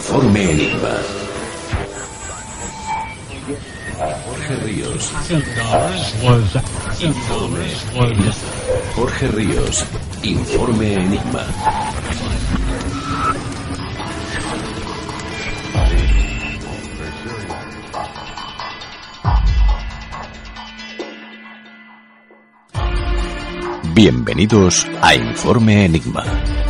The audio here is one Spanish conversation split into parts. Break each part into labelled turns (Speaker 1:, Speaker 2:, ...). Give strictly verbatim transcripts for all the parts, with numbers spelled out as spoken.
Speaker 1: Informe Enigma. Jorge Ríos. Jorge Ríos. Informe Enigma. Bienvenidos a Informe Enigma.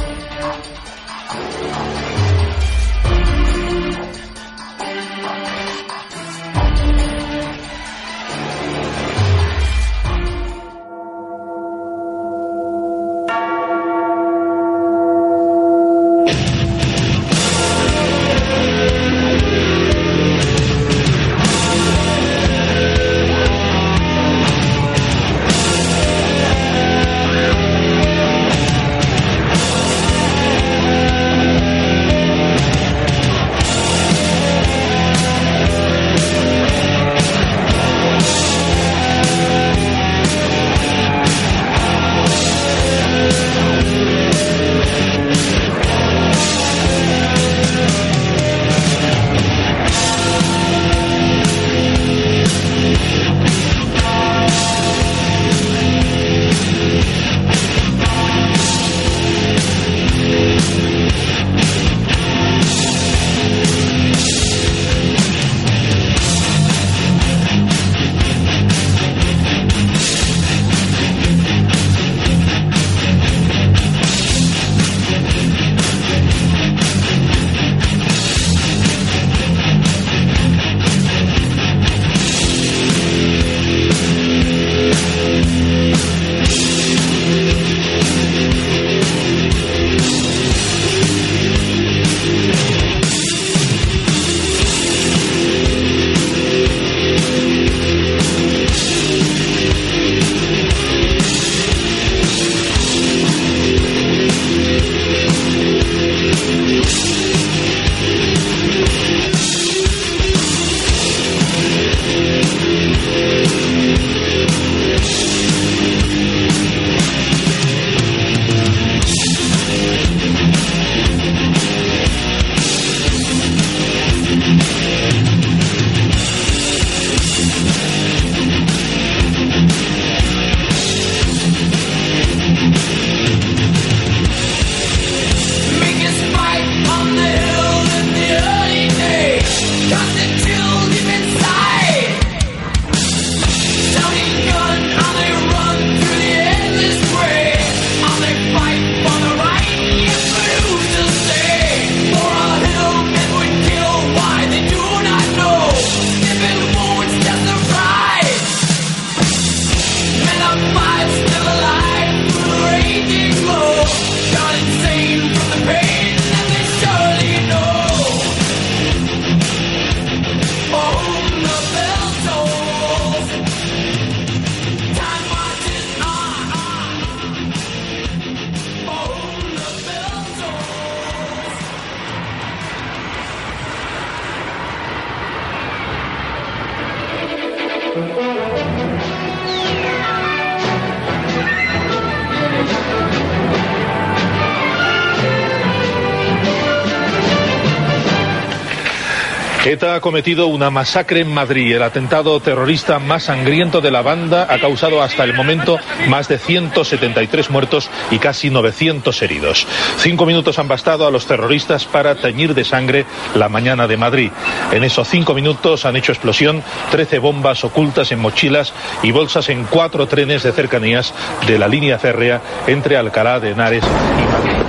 Speaker 2: ETA ha cometido una masacre en Madrid. El atentado terrorista más sangriento de la banda ha causado hasta el momento más de ciento setenta y tres muertos y casi novecientos heridos. Cinco minutos han bastado a los terroristas para teñir de sangre la mañana de Madrid. En esos cinco minutos han hecho explosión trece bombas ocultas en mochilas y bolsas en cuatro trenes de cercanías de la línea férrea entre Alcalá de Henares y Madrid.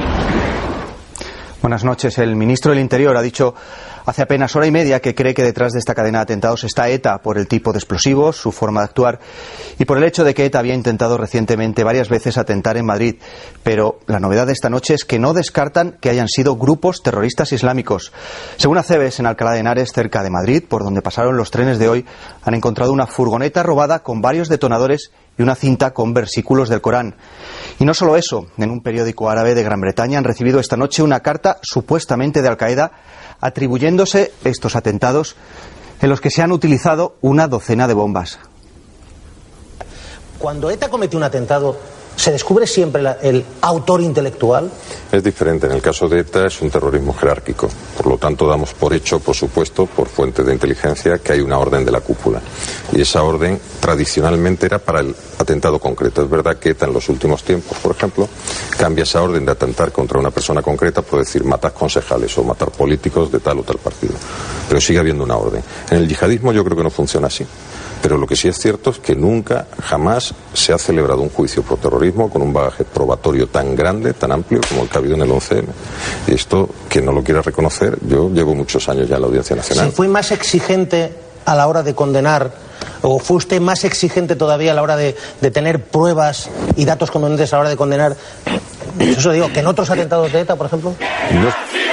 Speaker 3: Buenas noches. El ministro del Interior ha dicho hace apenas hora y media que cree que detrás de esta cadena de atentados está ETA por el tipo de explosivos, su forma de actuar y por el hecho de que ETA había intentado recientemente varias veces atentar en Madrid. Pero la novedad de esta noche es que no descartan que hayan sido grupos terroristas islámicos. Según Acebes, en Alcalá de Henares, cerca de Madrid, por donde pasaron los trenes de hoy, han encontrado una furgoneta robada con varios detonadores y una cinta con versículos del Corán. Y no solo eso, en un periódico árabe de Gran Bretaña han recibido esta noche una carta supuestamente de Al-Qaeda atribuyéndose estos atentados en los que se han utilizado una docena de bombas.
Speaker 4: Cuando ETA cometió un atentado, ¿Se descubre siempre la, el autor intelectual?
Speaker 5: Es diferente. En el caso de ETA es un terrorismo jerárquico. Por lo tanto, damos por hecho, por supuesto, por fuentes de inteligencia, que hay una orden de la cúpula. Y esa orden tradicionalmente era para el atentado concreto. Es verdad que ETA en los últimos tiempos, por ejemplo, cambia esa orden de atentar contra una persona concreta por decir matar concejales o matar políticos de tal o tal partido. Pero sigue habiendo una orden. En el yihadismo yo creo que no funciona así. Pero lo que sí es cierto es que nunca, jamás se ha celebrado un juicio por terrorismo con un bagaje probatorio tan grande, tan amplio como el que ha habido en el once eme. Y esto, quien no lo quiera reconocer, yo llevo muchos años ya en la Audiencia Nacional.
Speaker 4: ¿Se fue más exigente a la hora de condenar, o fue usted más exigente todavía a la hora de, de tener pruebas y datos contundentes a la hora de condenar? Eso digo, que en otros atentados de ETA, por ejemplo.
Speaker 5: No.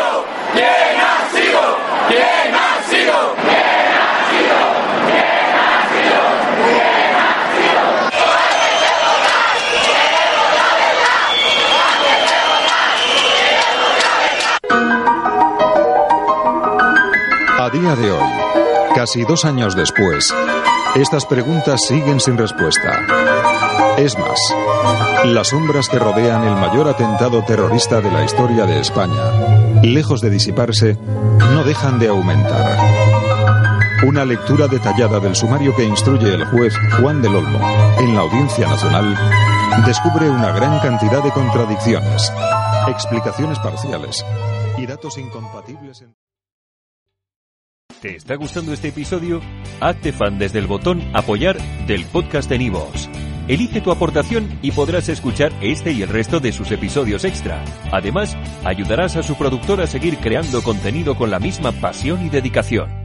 Speaker 6: A día de hoy, casi dos años después, estas preguntas siguen sin respuesta. Es más, las sombras que rodean el mayor atentado terrorista de la historia de España, lejos de disiparse, no dejan de aumentar. Una lectura detallada del sumario que instruye el juez Juan del Olmo en la Audiencia Nacional descubre una gran cantidad de contradicciones, explicaciones parciales y datos incompatibles en...
Speaker 7: ¿Te está gustando este episodio? Hazte fan desde el botón Apoyar del podcast de Nivos. Elige tu aportación y podrás escuchar este y el resto de sus episodios extra. Además, ayudarás a su productor a seguir creando contenido con la misma pasión y dedicación.